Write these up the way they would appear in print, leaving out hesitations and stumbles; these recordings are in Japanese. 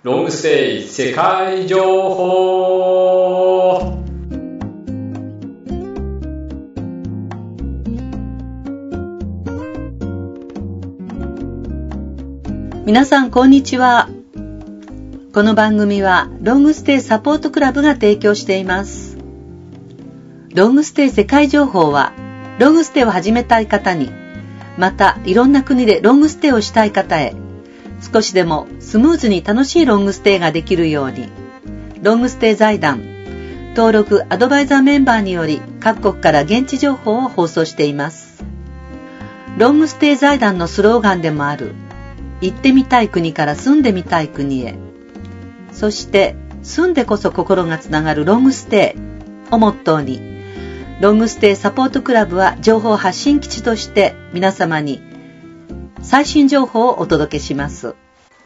ロングステイ世界情報。 皆さんこんにちは。この番組はロングステイサポートクラブが提供しています。ロングステイ世界情報はロングステイを始めたい方に、またいろんな国でロングステイをしたい方へ、少しでもスムーズに楽しいロングステイができるように、ロングステイ財団登録アドバイザーメンバーにより各国から現地情報を放送しています。ロングステイ財団のスローガンでもある行ってみたい国から住んでみたい国へ、そして住んでこそ心がつながるロングステイをモットーに、ロングステイサポートクラブは情報発信基地として皆様に最新情報をお届けします。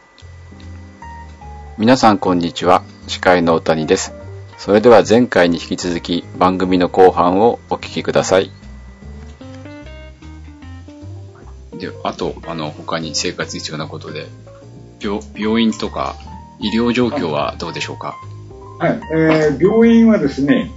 皆さんこんにちは。司会の大谷です。それでは前回に引き続き番組の後半をお聞きください。で、あと他に生活に必要なことで、病院とか医療状況はどうでしょうか。 はい、病院はですね、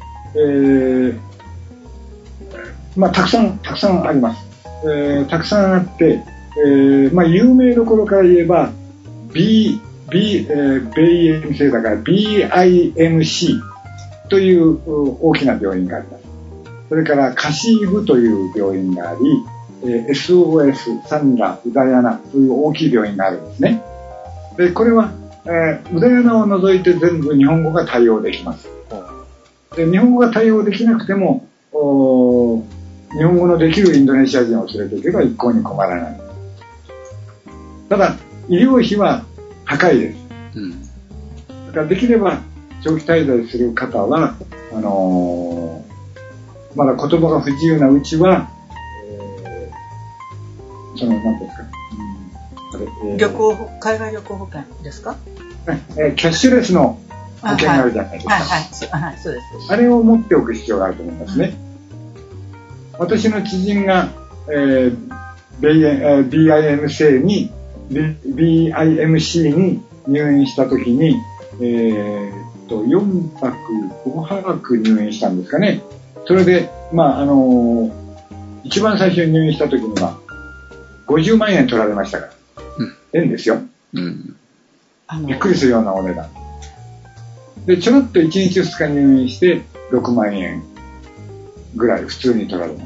たくさんあります。たくさんあって、有名どころから言えばベイエン製だから BIMC という大きな病院があります。それからカシーブという病院があり、SOS サンラウダヤナという大きい病院があるんですね。でこれは、ウダヤナを除いて全部日本語が対応できます。で日本語が対応できなくても日本語のできるインドネシア人を連れていけば一向に困らない。ただ医療費は高いです。だからできれば長期滞在する方はまだ言葉が不自由なうちは、何ですか、 海外旅行保険ですか？ キャッシュレスの保険があるじゃないですか。 そうです。 あれを持っておく必要があると思いますね。私の知人が、BIMC に入院したときに、4泊5泊入院したんですかね。それで、一番最初に入院したときには50万円取られましたから、円ですよ。びっくりするようなお値段で、ちょろっと1日2日入院して6万円ぐらい普通に取られます。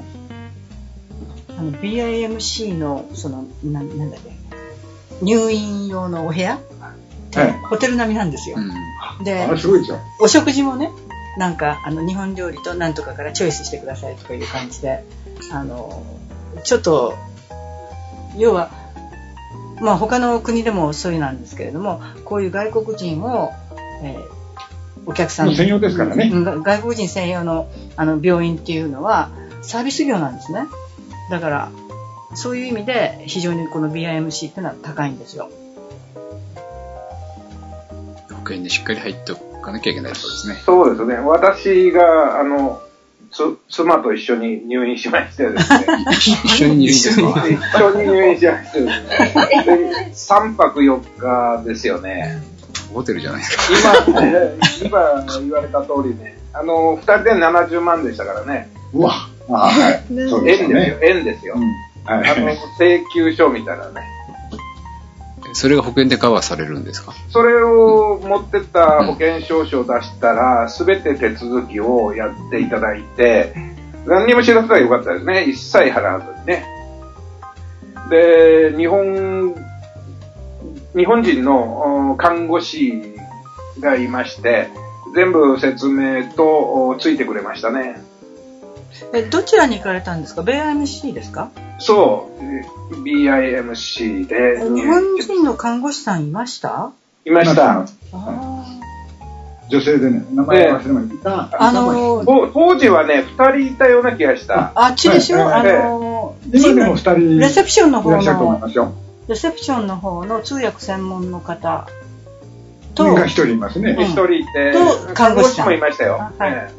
BIMC のなんだっけ、入院用のお部屋、ホテル並みなんですよ。で、 すごいですよ。 お食事もね、日本料理となんとかからチョイスしてくださいとかいう感じで、ちょっと要は他の国でもそういうなんですけれども、こういう外国人を、お客さん専用ですからね。 外国人専用の病院っていうのはサービス業なんですね。だからそういう意味で非常にこの BIMC っていうのは高いんですよ。 保険でしっかり入っておかなきゃいけないそうですね。 そうですね。私が妻と一緒に入院しましてですね。 一緒に入院ですか？ 一緒に入院しましてですね。3泊4日ですよね。 ホテルじゃないですか。 今言われた通りね、2人で70万でしたからね。 うわ、はい。 円ですよ。請求書みたいなね。 それが保険でカバーされるんですか？ それを持ってった保険証書を出したら、全て手続きをやっていただいて、何にも知らせたらよかったですね。一切払わずにね。で、日本人の看護師がいまして、全部説明とついてくれましたね。 どちらに行かれたんですか？ BIMC ですか？ そう、BIMC で。 日本人の看護師さんいました？ いました。 女性でね、名前忘れました。 当時はね、2人いたような気がした。 あっちでしょ？ 今でも2人レセプションの方いらっしゃると思いますよ。 レセプションの方の通訳専門の方とが1人いますね。 1人いて、看護師もいましたよ。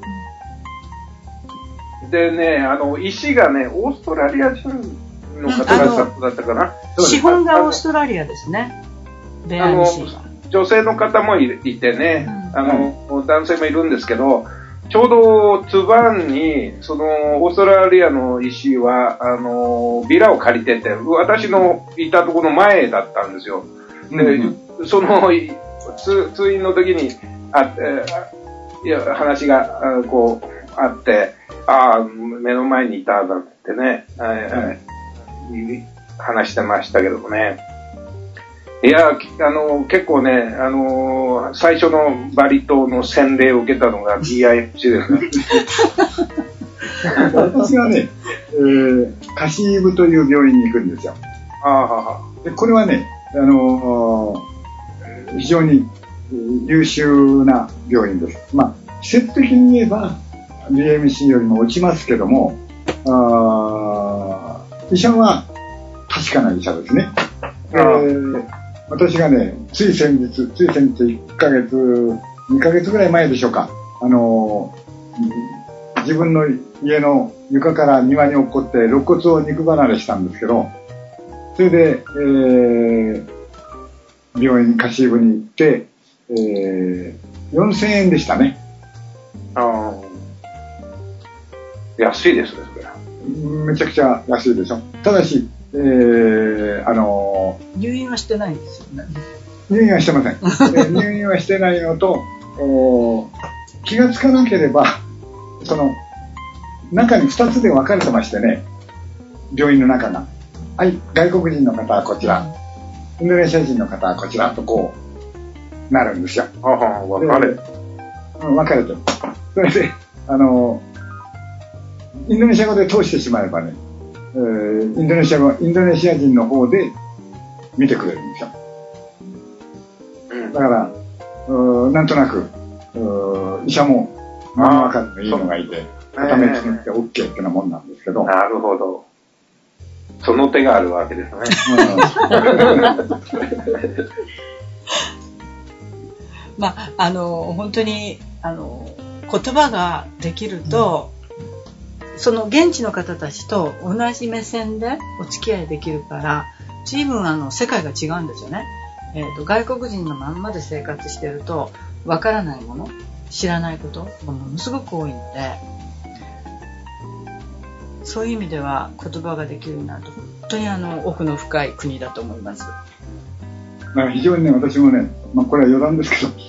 でね、医師がね、オーストラリア人の方だったかな。 資本がオーストラリアですね。BIMC が。 女性の方もいてね、男性もいるんですけど、ちょうどツバンに、その、オーストラリアの医師は、ビラを借りてて、私のいたところの前だったんですよ。で、その、通院の時に、話が、こう、あって、目の前にいた、なんてね、話してましたけどもね。いや、結構ね、最初のバリ島の洗礼を受けたのが BIMC ですね。 私はね、カシーブという病院に行くんですよ。でこれはね、非常に優秀な病院です。まあ、施設的に言えば BIMC よりも落ちますけども、医者は確かな医者ですね。私がね、つい先日1ヶ月、2ヶ月ぐらい前でしょうか、自分の家の床から庭に落っこって肋骨を肉離れしたんですけど、それで、病院、カシーブに行って、4000円でしたね。 安いですね、それ。 めちゃくちゃ安いでしょ。ただし、 入院はしてないんですよね。 入院はしてません。入院はしてないのと、気がつかなければ、その、中に2つで分かれてましてね、病院の中が。はい、外国人の方はこちら、インドネシア人の方はこちらとこう、なるんですよ。分かれてる。それで、インドネシア語で通してしまえばね、インドネシア人の方で見てくれるんですよ。だから、なんとなく、医者も分かっていいのがいて、片目つむって OK ってなもんなんですけど。 なるほど。その手があるわけですね。 まあ、本当に、言葉ができると、その現地の方たちと同じ目線でお付き合いできるから、随分世界が違うんですよね。外国人のまんまで生活してると、わからないもの、知らないことがものすごく多いので、そういう意味では言葉ができるなと、本当に奥の深い国だと思います。 非常にね、私もね、これは余談ですけど、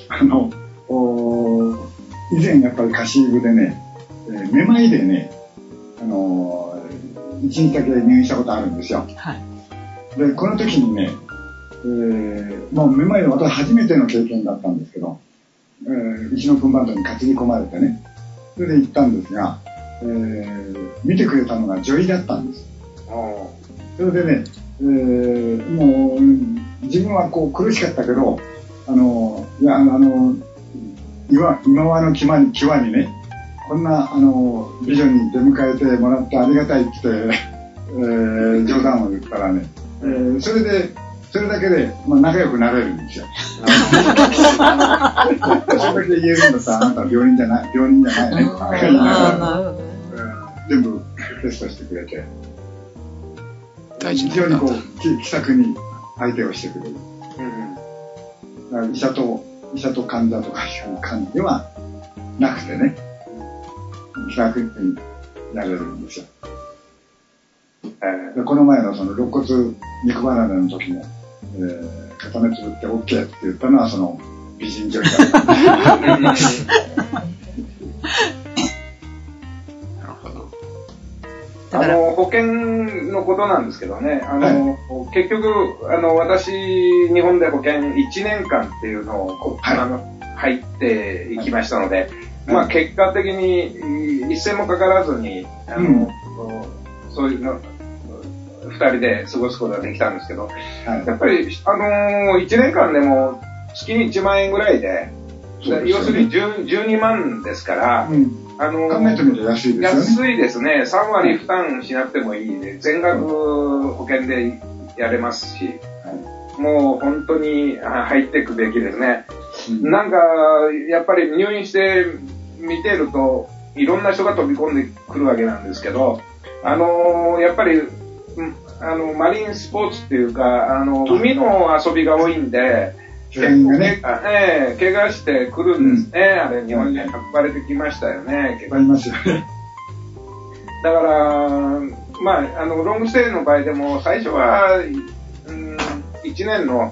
以前やっぱりカシーブでね、めまいでね、1日だけ入院したことあるんですよ。はい。で、この時にね、もうめまいで私初めての経験だったんですけど、石野君バンドに担ぎ込まれてね、それで行ったんですが、見てくれたのが女医だったんです。それでね、もう自分はこう苦しかったけど、今和の際にね、こんな美女に出迎えてもらってありがたいって、冗談を言ったらね、それだけで、仲良くなれるんですよ。それだけ言えるんだったら、あなたは病人じゃないね。全部テストしてくれて、非常にこう気さくに相手をしてくれる。だから医者と患者とかいう感じではなくてね、気さくになれるんですよ。この前のその肋骨肉離れの時も、片目つぶって OK って言ったのはその美人女医だった。 保険のことなんですけどね、結局私日本で保険1年間っていうのを、入っていきましたので、結果的に一銭もかからずにそういうの2人で過ごすことができたんですけど、やっぱり1年間でも月に1万円ぐらいで、要するに12万ですから、 考えてみると安いですよね。 安いですね。3割負担しなくてもいいで、全額保険でやれますし、もう本当に入っていくべきですね。なんか、やっぱり入院して見てると、いろんな人が飛び込んでくるわけなんですけど、やっぱり、マリンスポーツっていうか、海の遊びが多いんで、 怪我がね。 怪我してくるんですね。あれ、日本に運ばれてきましたよね。 ありますよね。 だから、まあ、ロングステイの場合でも、最初は、1年の、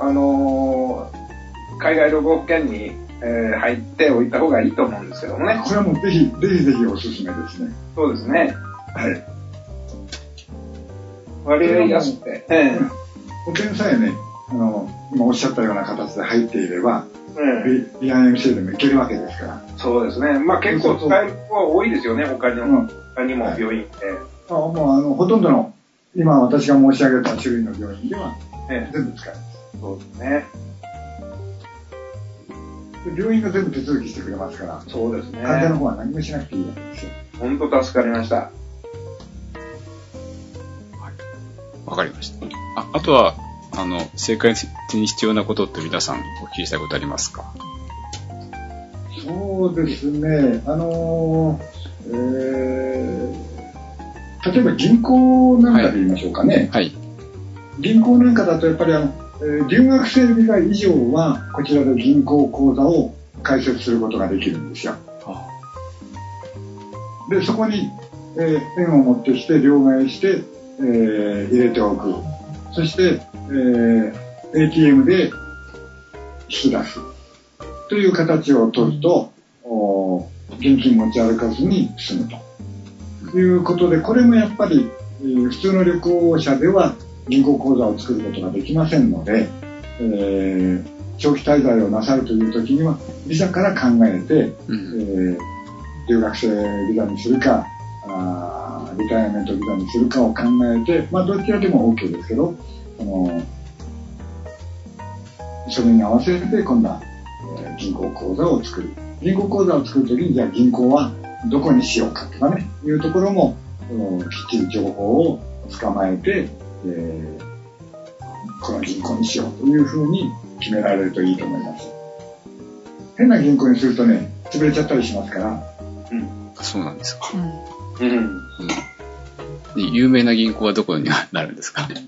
海外旅行保険に、入っておいた方がいいと思うんですけどもね。 これはもうぜひおすすめですね。 そうですね。 はい。 割合安くて。 保険さえね、今おっしゃったような形で入っていれば、BIMC でもいけるわけですから。 そうですね。まあ結構使える子は多いですよね、他にも病院って。 もうほとんどの、今私が申し上げた種類の病院では、全部使えます。 そうですね。 病院が全部手続きしてくれますから、 そうですね。 患者の方は何もしなくていいわけですよ。 本当助かりました。はい。 わかりました。あとは、生活に必要なことって皆さんお聞きしたいことありますか？ そうですね。例えば銀行なんかで言いましょうかね。 はい。 銀行なんかだとやっぱり留学生ビザ以上はこちらで銀行口座を開設することができるんですよ。で、そこに、円を持ってきて両替して、入れておく。そして、ATM で引き出す。という形を取ると、現金持ち歩かずに済むということで、これもやっぱり、普通の旅行者では銀行口座を作ることができませんので、長期滞在をなさるという時にはビザから考えて、留学生ビザにするかリタイアメントビザにするかを考えて、まあどちらでも OK ですけど、それに合わせて今度は、銀行口座を作る。銀行口座を作るときにじゃあ銀行はどこにしようかとかね、いうところもきっちり情報を捕まえて、この銀行にしようというふうに決められるといいと思います。変な銀行にするとね、潰れちゃったりしますから。 そうなんですか。で有名な銀行はどこになるんですか？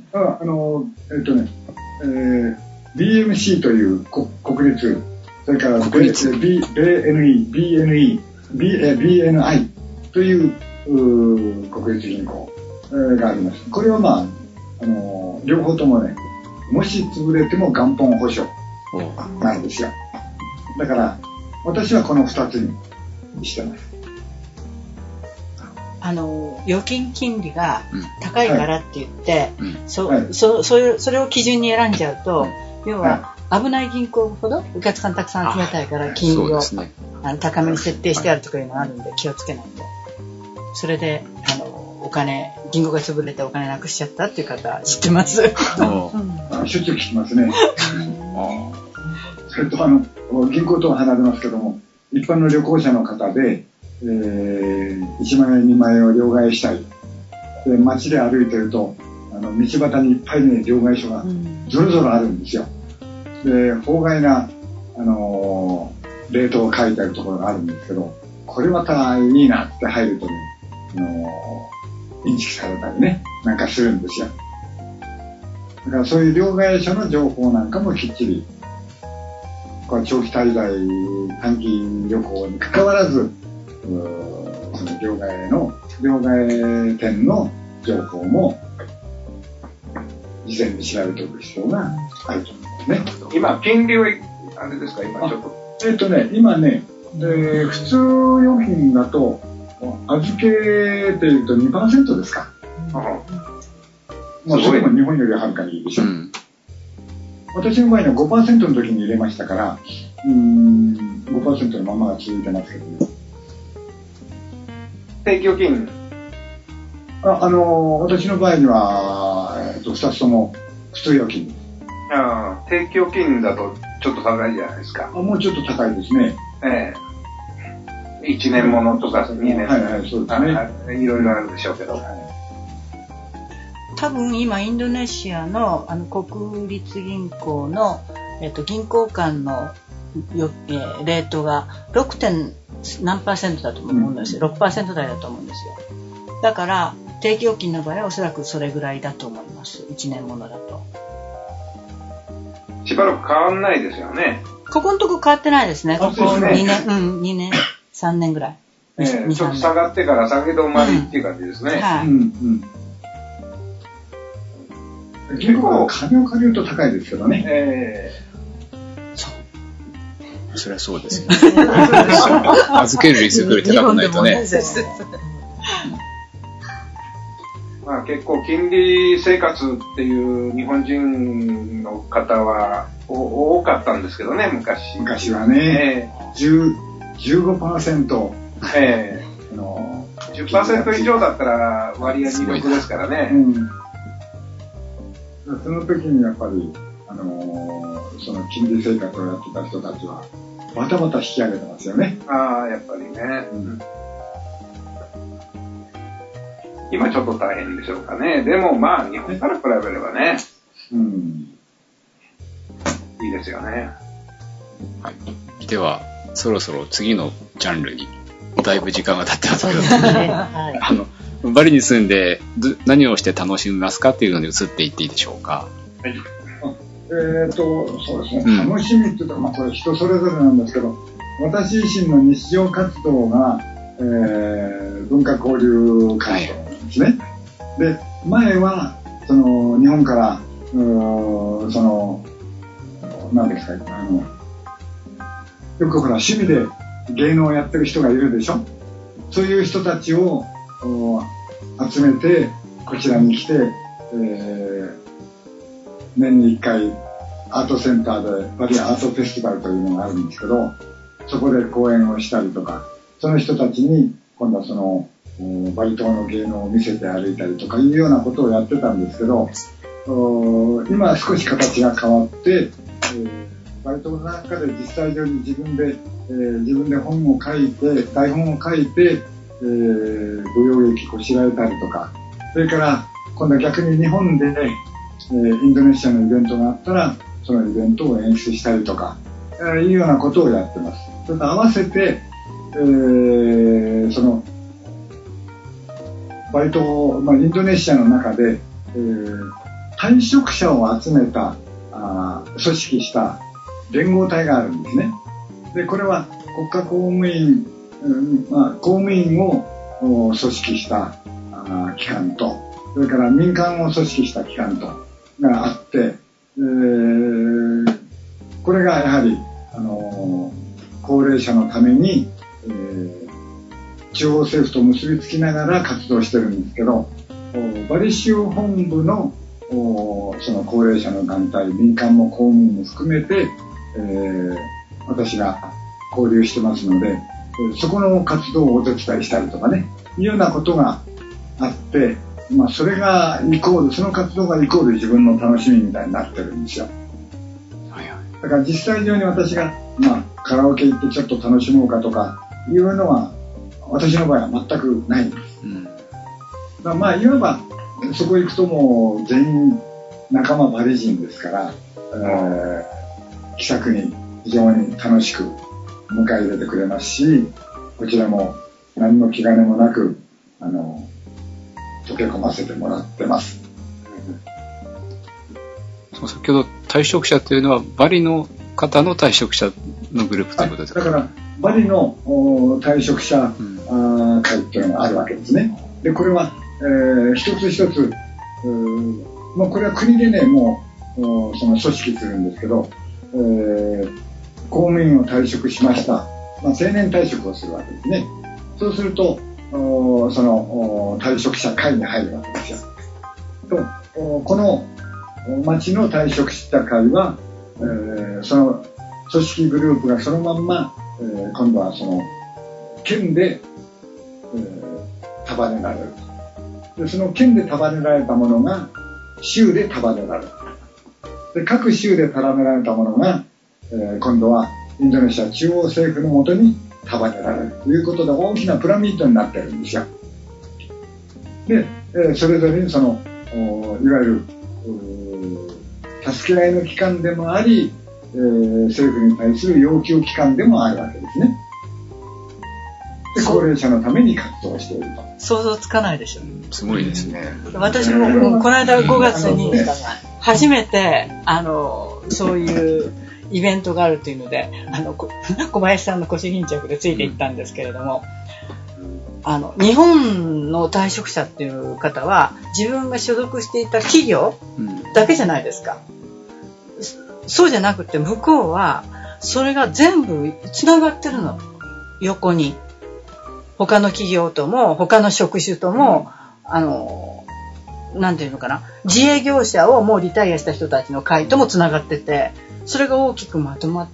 BMC という国立、それから国立 BNI という国立銀行があります。これはまあ、両方ともね、もし潰れても元本保証なんですよ。だから私はこの2つにしてます。 預金金利が高いからって言って、それを基準に選んじゃうと、要は危ない銀行ほどお客さんたくさん集めたいから金利を高めに設定してあるとかいうのがあるんで気をつけないと。それで銀行が潰れてお金なくしちゃったっていう方知ってます？しょっちゅう聞きますね。それと銀行とは離れますけども、一般の旅行者の方で、1万円2万円を両替したい。で街で歩いてると道端にいっぱいね両替所がぞろぞろあるんですよ。で法外なレートを書いてあるところがあるんですけど、これまたいいなって入るとねインチキされたりねなんかするんですよ。だからそういう両替所の情報なんかもきっちり長期滞在短期旅行に関わらずその両替店の情報も事前に調べておく必要があると思いますね。 今金利はあれですか？今ちょっと今ね、普通預金だと預けていると 2% ですか。まあそれも日本よりはるかにいいでしょ。私の場合は 5% の時に入れましたから、5% のままが続いてますけどね。 定期預金私の場合には、2つとも普通預金です。 定期預金だとちょっと高いじゃないですか。 もうちょっと高いですね。 1年ものとか2年もの、 そうですね。 いろいろあるでしょうけど。 多分今インドネシアの国立銀行の、銀行間のレートが 6. 何%だと思うんですよ。6% 台だと思うんですよ。だから定期預金の場合はおそらくそれぐらいだと思います。1年ものだと。 しばらく変わんないですよね。 ここのとこ変わってないですね。ここ2年、2年、3年ぐらい。 ちょっと下がってから下げ止まりっていう感じですね。 はい。 結構金を借りると高いですけどね。 そりゃそうですよね。預けるリスクより高くないとね。 まあ結構金利生活っていう日本人の方は多かったんですけどね、昔はね、15%。 10% 以上だったら割合魅力ですからね。 その時にやっぱり、その金利生活をやってた人たちは、バタバタ引き上げてますよね。 ああ、やっぱりね。今ちょっと大変でしょうかね。でもまあ、日本から比べればね、いいですよね。 はい。では、そろそろ次のジャンルに、だいぶ時間が経ってますけど、バリに住んで何をして楽しみますかっていうのに移っていっていいでしょうか。 はい。そうですね。楽しみって言ったら、これ人それぞれなんですけど、私自身の日常活動が、文化交流活動なんですね。で、前は、日本から、何ですか、よくほら、趣味で芸能をやってる人がいるでしょ。そういう人たちを集めて、こちらに来て、年に1回アートセンターでバリアートフェスティバルというのがあるんですけど、そこで講演をしたりとか、その人たちに今度はバリ島の芸能を見せて歩いたりとかいうようなことをやってたんですけど、今は少し形が変わって、バリ島の中で実際上に自分で本を書いて、台本を書いて、舞踊劇こしらえたりとか、それから今度は逆に日本で、インドネシアのイベントがあったら、そのイベントを演出したりとか、いうようなことをやってます。それと合わせて、バリ島、インドネシアの中で、退職者を集めた、組織した連合体があるんですね。で、これは国家公務員、公務員を組織した機関と、それから民間を組織した機関とがあって、これがやはり、高齢者のために、地方政府と結びつきながら活動してるんですけど、バリ州本部のその高齢者の団体、民間も公務員も含めて、私が交流してますので、そこの活動をお手伝いしたりとかね、いうようなことがあって、それがイコール、その活動がイコール自分の楽しみみたいになってるんですよ。だから実際上に私が、カラオケ行ってちょっと楽しもうかとかいうのは、私の場合は全くないんです。いわば、そこ行くともう全員仲間バリ人ですから、気さくに非常に楽しく迎え入れてくれますし、こちらも何の気兼ねもなく、溶け込ませてもらってます。 先ほど退職者というのはバリの方の退職者のグループということですか？ だからバリの退職者会っていうのがあるわけですね。で、これは、一つ一つ、これは国でね、もうその組織するんですけど、公務員を退職しました。定年退職をするわけですね。そうすると、その退職者会に入るわけですよ。と、この町の退職者会は、その組織グループがそのまんま、今度はその県で、束ねられる。で、その県で束ねられたものが州で束ねられる。で、各州で束ねられたものが、今度はインドネシア中央政府のもとに束ねられるということで、大きなピラミッドになってるんですよ。で、それぞれにそのいわゆる助け合いの機関でもあり、政府に対する要求機関でもあるわけですね。で、高齢者のために活動していると。 想像つかないでしょ。 すごいですね。 私もこの間5月に初めてそういうイベントがあるというので、小林さんの腰巾着でついていったんですけれども、日本の退職者っていう方は自分が所属していた企業だけじゃないですか。そうじゃなくて向こうはそれが全部つながってるの。横に。他の企業とも、他の職種とも、なんていうのかな、自営業者をもうリタイアした人たちの会ともつながってて、それが大きくまとまって、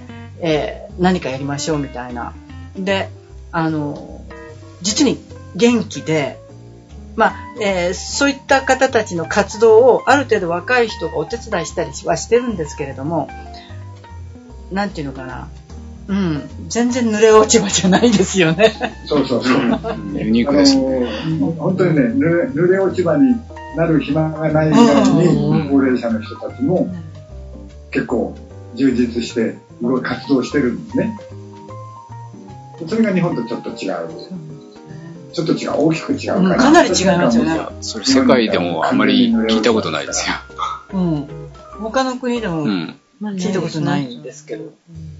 何かやりましょうみたいな。で、実に元気で、そういった方たちの活動をある程度若い人がお手伝いしたりはしてるんですけれども、なんていうのかな、全然濡れ落ち葉じゃないですよね。 そうそうそう。 ユニークですね。 本当にね、濡れ落ち葉になる暇がないぐらいに、高齢者の人たちも結構充実していろいろ活動してるんですね。それが日本とちょっと違う。ちょっと違う、大きく違うから。 かなり違いますよね。 それ世界でもあんまり聞いたことないですよ。 他の国でも聞いたことないんですけど。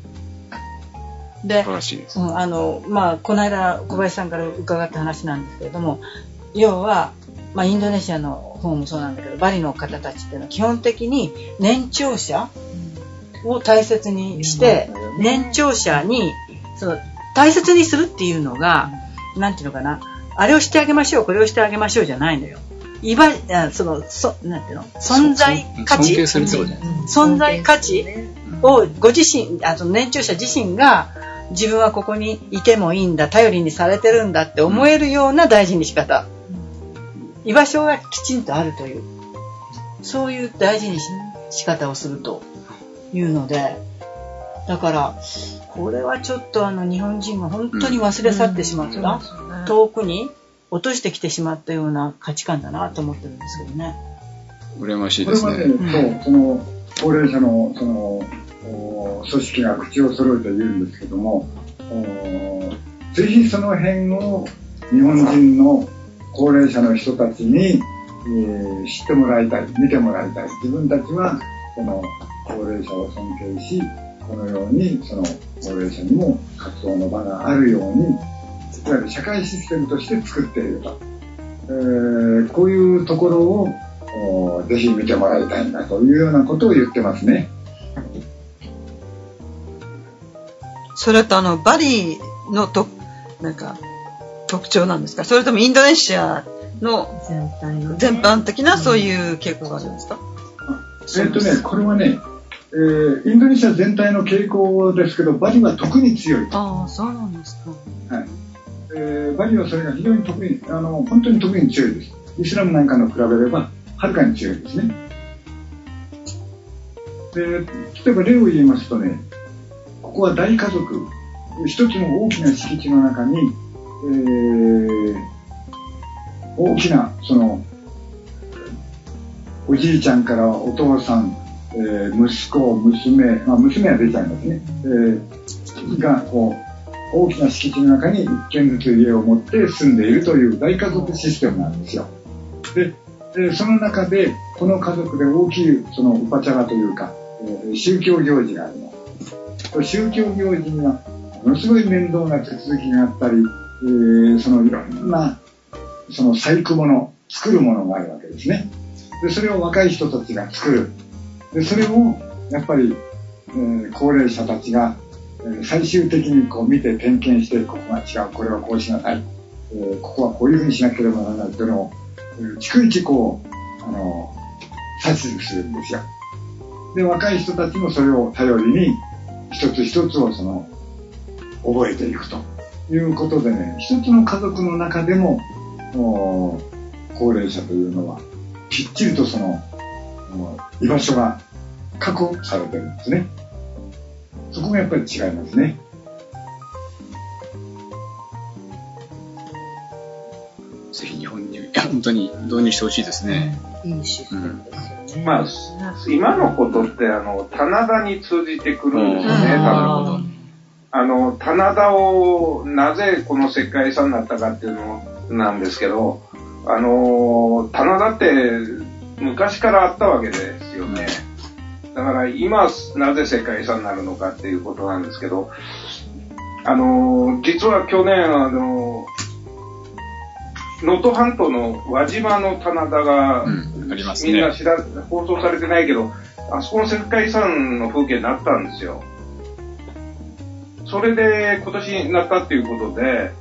で、 素晴らしいです。 この間小林さんから伺った話なんですけれども、要は、インドネシアの方もそうなんだけど、バリの方たちっていうのは基本的に年長者を大切にして、年長者に大切にするっていうのが、なんていうのかな、あれをしてあげましょう、これをしてあげましょうじゃないのよ。なんていうの、存在価値、 尊敬するってことじゃないですか。 存在価値をご自身、年長者自身が自分はここにいてもいいんだ、頼りにされてるんだって思えるような大事に仕方、居場所がきちんとあるという、そういう大事に仕方をするというので、だからこれはちょっと日本人が本当に忘れ去ってしまった、遠くに落としてきてしまったような価値観だなと思ってるんですけどね。 羨ましいですね。 その高齢者の組織が口を揃えて言うんですけども、ぜひその辺を日本人の高齢者の人たちに、知ってもらいたい、見てもらいたい。自分たちはその高齢者を尊敬し、このようにその高齢者にも活動の場があるように、いわゆる社会システムとして作っていると、こういうところをぜひ見てもらいたいんだというようなことを言ってますね。 それとバリのなんか特徴なんですか？それともインドネシアの全般的なそういう傾向があるんですか？ これはね、インドネシア全体の傾向ですけど、バリは特に強いと。 ああ、そうなんですか。 はい。バリはそれが非常に特に、本当に特に強いです。イスラムなんかの比べれば、はるかに強いですね。で、例えば例を言いますとね、ここは大家族、一つの大きな敷地の中に、大きな、おじいちゃんからお父さん、息子、娘、娘は出ちゃいますね。が、大きな敷地の中に一軒ずつ家を持って住んでいるという大家族システムなんですよ。で、その中で、この家族で大きい、ウパチャラというか、宗教行事があります。宗教行事には、ものすごい面倒な手続きがあったり、いろんな、細工物、作るものがあるわけですね。で、それを若い人たちが作る。で、それを、やっぱり、高齢者たちが、最終的に見て点検して、ここが違う、これはこうしなさい。ここはこういうふうにしなければならないというのを、逐一指図するんですよ。で、若い人たちもそれを頼りに、一つ一つを覚えていくということでね、一つの家族の中でも、高齢者というのは、きっちりと居場所が確保されてるんですね。そこがやっぱり違いますね。 ぜひ日本に本当に導入してほしいですね。 いいシステムですよね。 今のことって棚田に通じてくるんですよね。棚田をなぜこの世界遺産になったかっていうのなんですけど、棚田って昔からあったわけですよね。 だから今なぜ世界遺産になるのかっていうことなんですけど、実は去年能登半島の輪島の棚田が、 ありますね、 みんな放送されてないけど、あそこの世界遺産の風景になったんですよ。それで今年になったっていうことで、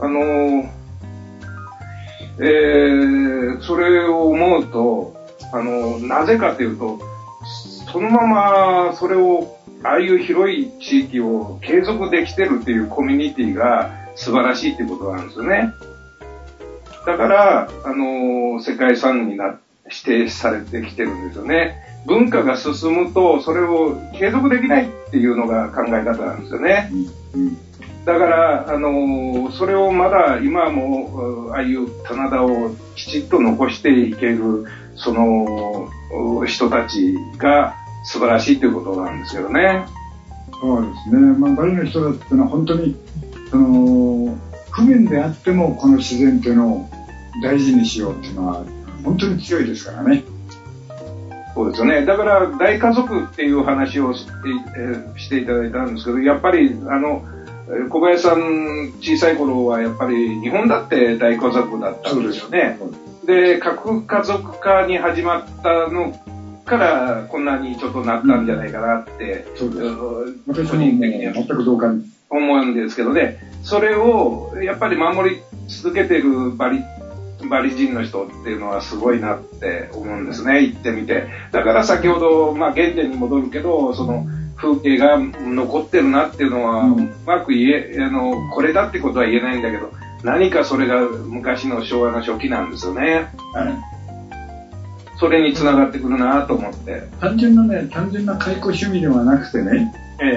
それを思うと、なぜかというと、そのままそれを、ああいう広い地域を継続できてるっていうコミュニティが素晴らしいっていうことなんですよね。だから、世界遺産に指定されてきてるんですよね。文化が進むと、それを継続できないっていうのが考え方なんですよね。だから、それをまだ今も、ああいう棚田をきちっと残していける、その人たちが素晴らしいということなんですけどね。 そうですね。バリの人だっていうのは本当に、不便であってもこの自然というのを大事にしようっていうのは本当に強いですからね。 そうですよね。だから大家族っていう話をしていただいたんですけど、やっぱり小林さん小さい頃はやっぱり日本だって大家族だったんですよね。で、核家族化に始まったのからこんなにちょっとなったんじゃないかなって、 そうです。私も全く同感思うんですけどね。それをやっぱり守り続けてるバリ人の人っていうのはすごいなって思うんですね、行ってみて。だから先ほど、原点に戻るけど、その風景が残ってるなっていうのは、うまくこれだってことは言えないんだけど、何かそれが昔の昭和の初期なんですよね。はい。それにつながってくるなと思って。 単純な解雇趣味ではなくてね、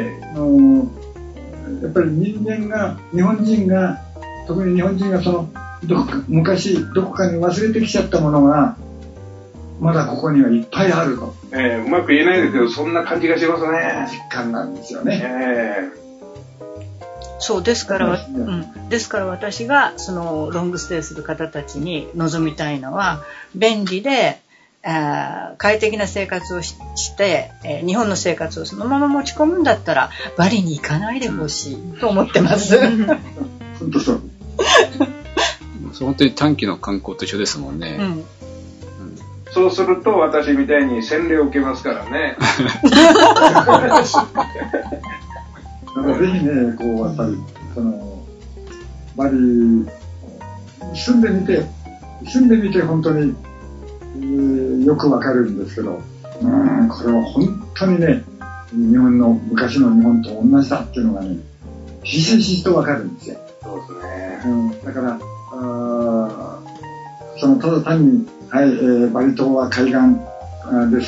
やっぱり日本人が、特に日本人が昔どこかに忘れてきちゃったものがまだここにはいっぱいあると、 うまく言えないですけどそんな感じがしますね。 実感なんですよね。 そうですから、ですから私がそのロングステイする方たちに望みたいのは、便利で快適な生活をして、日本の生活をそのまま持ち込むんだったらバリに行かないでほしいと思ってます。 本当そう。 本当に短期の観光と一緒ですもんね。 そうすると私みたいに洗礼を受けますからね。 ぜひね、やっぱりバリ住んでみて本当に、よくわかるんですけど、これは本当にね、昔の日本と同じだっていうのがね、ひしひしとわかるんですよ。 そうですね。 だからただ単に、バリ島は海岸です、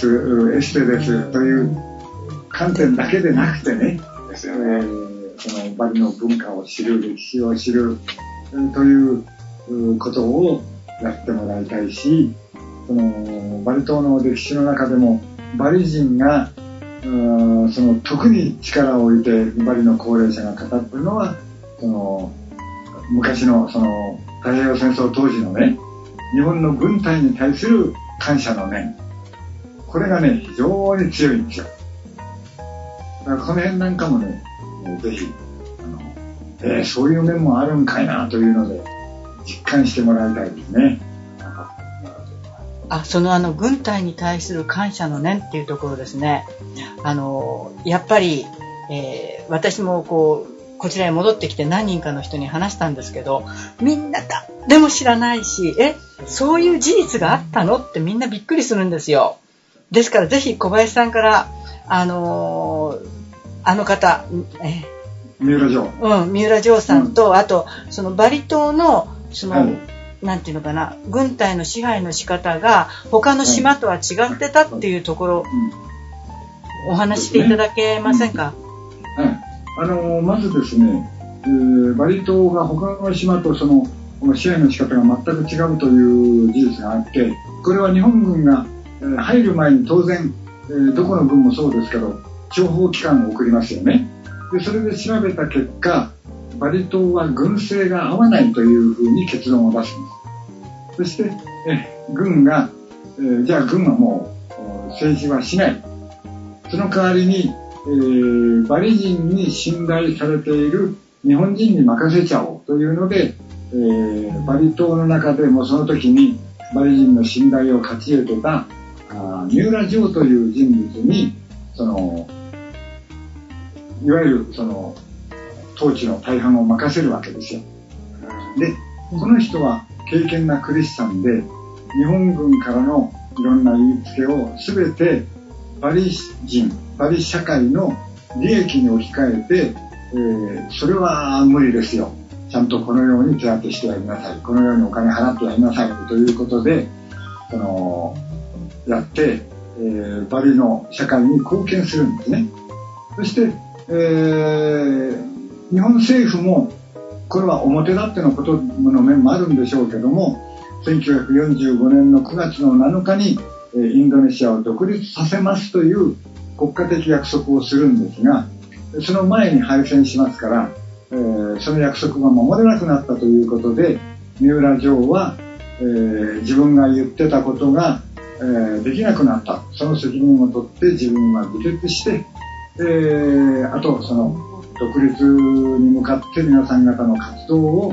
エステですという観点だけでなくてね、 ですよね。 バリの文化を知る、歴史を知る、ということをやってもらいたいし、バリ島の歴史の中でもバリ人が特に力を置いてバリの高齢者が語っているのは昔の太平洋戦争当時のね、日本の軍隊に対する感謝の念、これがね非常に強いんですよ。だからこの辺なんかもね、ぜひそういう面もあるんかいなというので実感してもらいたいですね。 その軍隊に対する感謝の念っていうところですね。やっぱり、私もこちらへ戻ってきて何人かの人に話したんですけど、みんな誰も知らないし、そういう事実があったのってみんなびっくりするんですよ。ですからぜひ小林さんからあの方、 三浦城さんと、あとそのバリ島のなんていうのかな、軍隊の支配の仕方が他の島とは違ってたっていうところ、お話していただけませんか？ まずですね、バリ島が他の島と支配の仕方が全く違うという事実があって、これは日本軍が入る前に当然、どこの軍もそうですけど諜報機関を送りますよね。でそれで調べた結果、バリ島は軍政が合わないというふうに結論を出します。そして軍が、じゃあ軍はもう政治はしないその代わりに、バリ人に信頼されている日本人に任せちゃおうというので、バリ島の中でもその時にバリ人の信頼を勝ち得てた三浦城という人物にいわゆる統治の大半を任せるわけですよ。で、この人は敬虔なクリスチャンで、日本軍からのいろんな言いつけを全てバリ人、バリ社会の利益に置き換えて、それは無理ですよ。ちゃんとこのように手当てしてやりなさい。このようにお金払ってやりなさい。ということで、やって、バリの社会に貢献するんですね。そして、日本政府も、これは表立ってのことの面もあるんでしょうけども、1945年の9月の7日に、インドネシアを独立させますという国家的約束をするんですが、その前に敗戦しますから、その約束が守れなくなったということで、三浦城は、自分が言ってたことが、できなくなった。その責任を取って自分は自決して、あとその独立に向かって皆さん方の活動を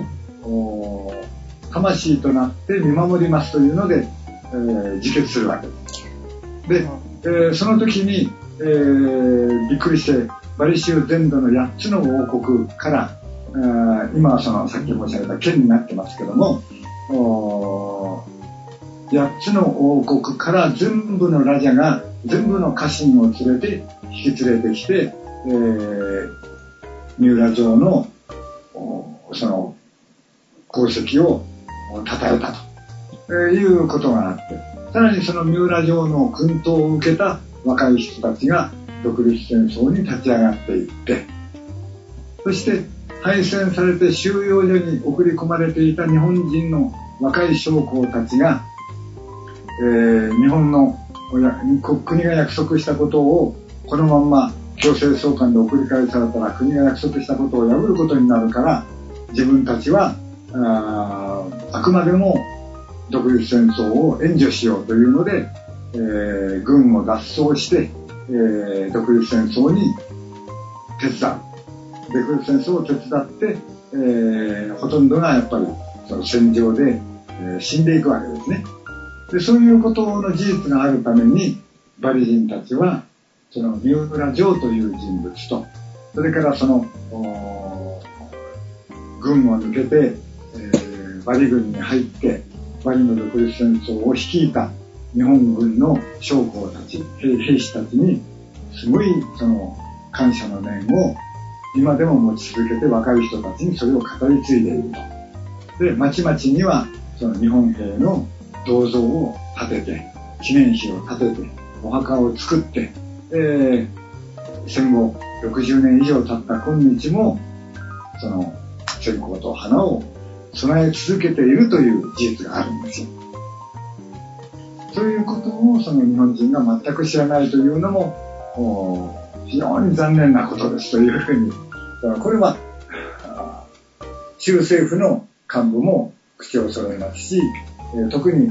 魂となって見守りますというので、自決するわけです。で、その時に、びっくりしてバリ州全土の8つの王国から、今はさっき申し上げた県になってますけども、8つの王国から全部のラジャが全部の家臣を連れて引き連れてきて、三浦城のその功績を称えたということがあって、さらにその三浦城の薫陶を受けた若い人たちが独立戦争に立ち上がっていって、そして敗戦されて収容所に送り込まれていた日本人の若い将校たちが、日本の国が約束したことをこのまんま強制送還で送り返されたら国が約束したことを破ることになるから、自分たちはあくまでも独立戦争を援助しようというので、軍を脱走して、独立戦争に手伝う。独立戦争を手伝って、ほとんどがやっぱりその戦場で、死んでいくわけですね。で、そういうことの事実があるために、バリ人たちはその三浦城という人物と、それからその軍を抜けて、バリ軍に入ってバリの独立戦争を率いた日本軍の将校たち、兵士たちにすごいその感謝の念を今でも持ち続けて、若い人たちにそれを語り継いでいると。で、町々にはその日本兵の銅像を建てて、記念碑を建てて、お墓を作って、戦後60年以上経った今日もその線香と花を備え続けているという事実があるんですよ。そういうことをその日本人が全く知らないというのも非常に残念なことですというふうに、これは中政府の幹部も口を揃えますし、特に、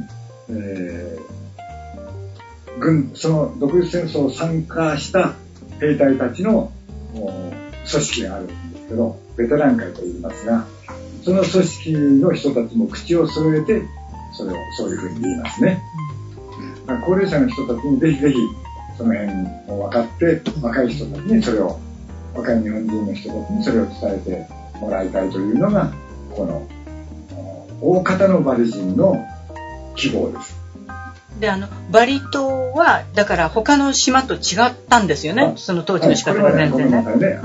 その独立戦争を参加した兵隊たちの組織があるんですけど、ベテラン会と言いますが、その組織の人たちも口を揃えてそれをそういうふうに言いますね。高齢者の人たちにぜひぜひその辺を分かって、若い人たちにそれを、若い日本人の人たちにそれを伝えてもらいたいというのがこの大方のバリ人の希望です。 で、バリ島はだから他の島と違ったんですよね。その当時の仕方が全然ね。 そうです。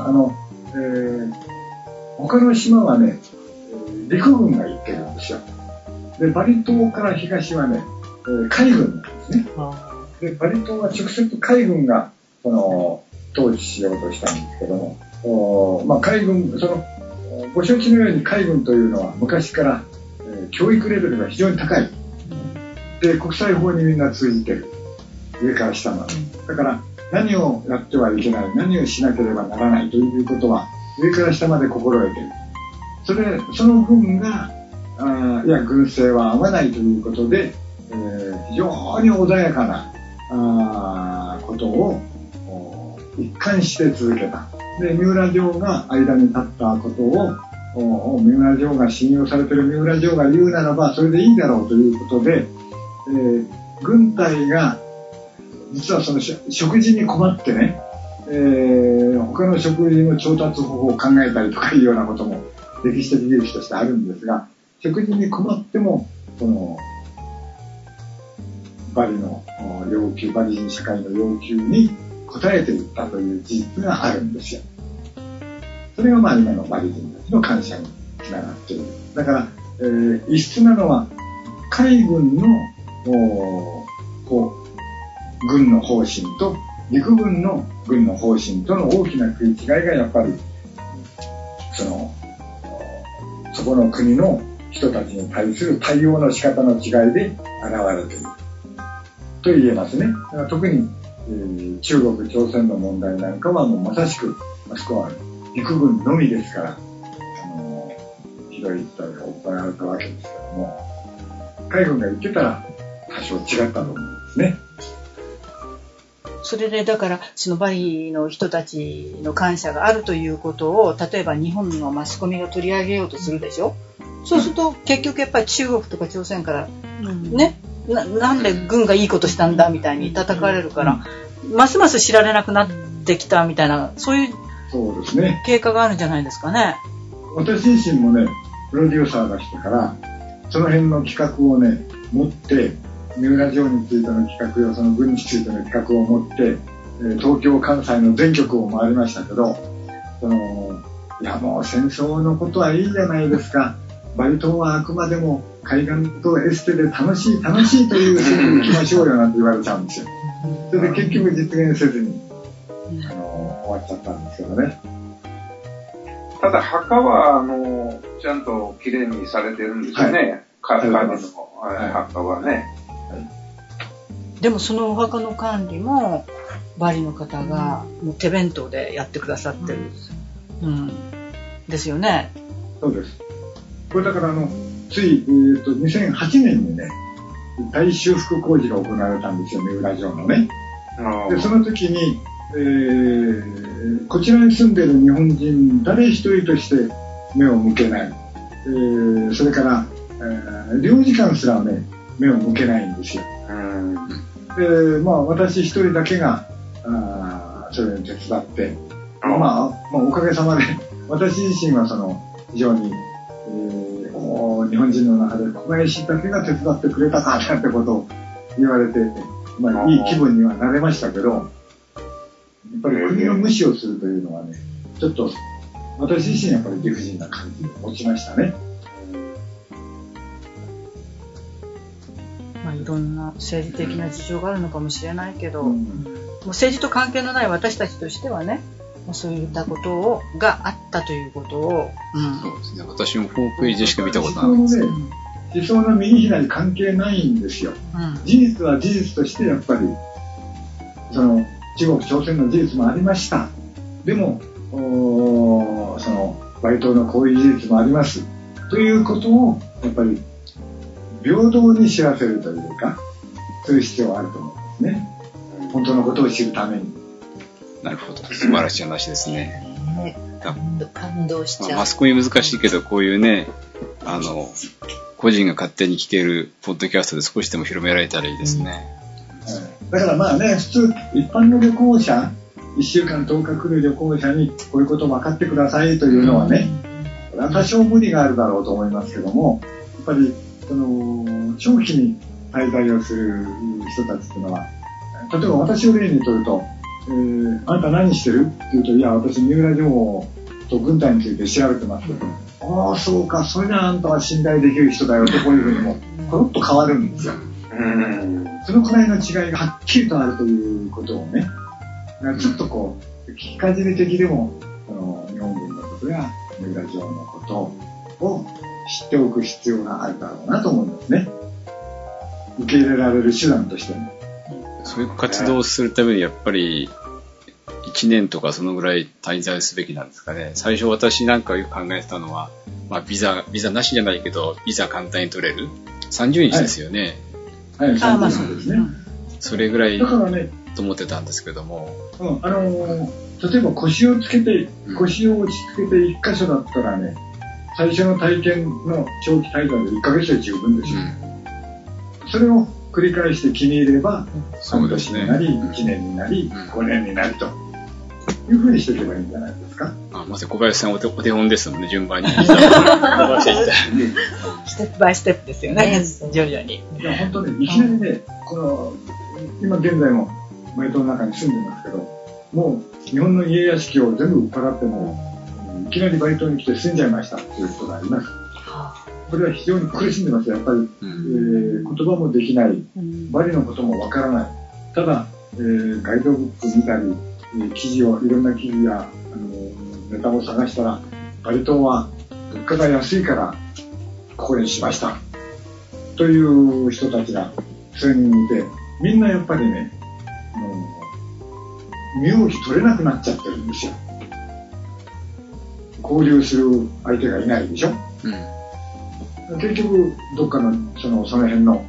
他の島はね、陸軍が行ってるんですよ。で、バリ島から東はね、海軍なんですね。で、バリ島は直接海軍が統治しようとしたんですけども、海軍、ご承知のように海軍というのは昔から、教育レベルが非常に高い。で、国際法にみんな通じてる。上から下まで。だから何をやってはいけない、何をしなければならないということは上から下まで心得ている。その軍が、軍政は合わないということで、非常に穏やかなことを一貫して続けた。で、三浦城が間に立ったことを、三浦城が信用されている三浦城が言うならばそれでいいだろうということで、軍隊が実はその食事に困ってね、他の食事の調達方法を考えたりとかいうようなことも歴史的利益としてあるんですが、食事に困ってもこのバリの要求、バリ人社会の要求に応えていったという事実があるんですよ。それがまあ今のバリ人たちの感謝につながっている。だから、異質なのは海軍の軍の方針と陸軍の軍の方針との大きな食い違いがやっぱりそこの国の人たちに対する対応の仕方の違いで現れていると言えますね。だから特に、中国朝鮮の問題なんかはもうまさしくあそこは陸軍のみですからひどい事態が行われたわけですけども、海軍が言ってたら多少違ったと思うんですね。 それでだからそのバリの人たちの感謝があるということを例えば日本のマスコミが取り上げようとするでしょ。そうすると結局やっぱり中国とか朝鮮からね、なんで軍がいいことしたんだみたいに叩かれるから、ますます知られなくなってきたみたいなそういう経過があるんじゃないですかね。 私自身もねプロデューサーがしてからその辺の企画をね持って三浦城についての企画やその軍についての企画を持って東京関西の全局を回りましたけど、いやもう戦争のことはいいじゃないですか、バリ島はあくまでも海岸とエステで楽しいというふうに行きましょうよなんて言われちゃうんですよ。それで結局実現せずに終わっちゃったんですけどね。 ただ墓はちゃんときれいにされてるんですよね。カーディの墓はね。 でもそのお墓の管理もバリの方がもう手弁当でやってくださってる、ですよね。 そうです。これだからつい、2008年にね大修復工事が行われたんですよ、三浦城のね。でその時に、こちらに住んでいる日本人誰一人として目を向けない、それから、領事館すらね目を向けないんですよ。で私一人だけがそれに手伝って、おかげさまで私自身は非常に、日本人の中で小林だけが手伝ってくれたかなんてことを言われて、いい気分にはなれましたけど、やっぱり国の無視をするというのはねちょっと私自身やっぱり理不尽な感じを持ちましたね。 いろんな政治的な事情があるのかもしれないけど、もう政治と関係のない私たちとしてはね、そういったことがあったということを、 そうですね。私もホームページでしか見たことないんですけど、 思想の右左関係ないんですよ。事実は事実としてやっぱり中国朝鮮の事実もありました。でもバリ島のこういう事実もありますということをやっぱり平等に知らせるというか、そういう必要があると思うんですね。本当のことを知るために。 なるほど、素晴らしい話ですね。 感動しちゃう。 マスコミ難しいけど、こういうね、個人が勝手に聞けるポッドキャストで少しでも広められたらいいですね。 だから普通一般の旅行者、1週間10日来る旅行者にこういうことを分かってくださいというのはね、多少無理があるだろうと思いますけども、やっぱり長期に滞在をする人たちというのは、例えば私を例にとると、あんた何してるって言うと、いや私三浦城と軍隊について調べてますけど、ああそうか、それであんたは信頼できる人だよと、こういうふうにもコロッと変わるんですよ。そのくらいの違いがはっきりとあるということをね、ちょっと聞きかじり的でも日本軍のことや三浦城のことを知っておく必要があるだろうなと思いますね。受け入れられる手段としても。 そういう活動をするためにやっぱり1年とかそのぐらい滞在すべきなんですかね。最初私なんかよく考えてたのは、ビザなしじゃないけどビザ簡単に取れる30日ですよね。 はい、30日ですね。 それぐらい。 だからね、 と思ってたんですけども。 例えば腰を落ち着けて1箇所だったらね、最初の体験の長期滞在で1ヶ月で十分ですよ。それを繰り返して気に入れば、半年になり、1年になり、5年になりというふうにしていけばいいんじゃないですか。 まさに小林さんお手本ですもんね、順番に伸ばしていったステップバイステップですよね、徐々に。 いや、本当にいきなりね、今現在もバイトの中に住んでますけど、もう日本の家屋敷を全部売っ払っても、いきなりバイトに来て住んじゃいましたっていう人がいます。これは非常に苦しんでます。やっぱり、言葉もできない、バリのこともわからない。ただ、ガイドブック見たり、いろんな記事やネタを探したら、バリ島は物価が安いからここにしましたという人たちが数人いて、みんなやっぱりね、身動き取れなくなっちゃってるんですよ。交流する相手がいないでしょ。結局どっかのその辺の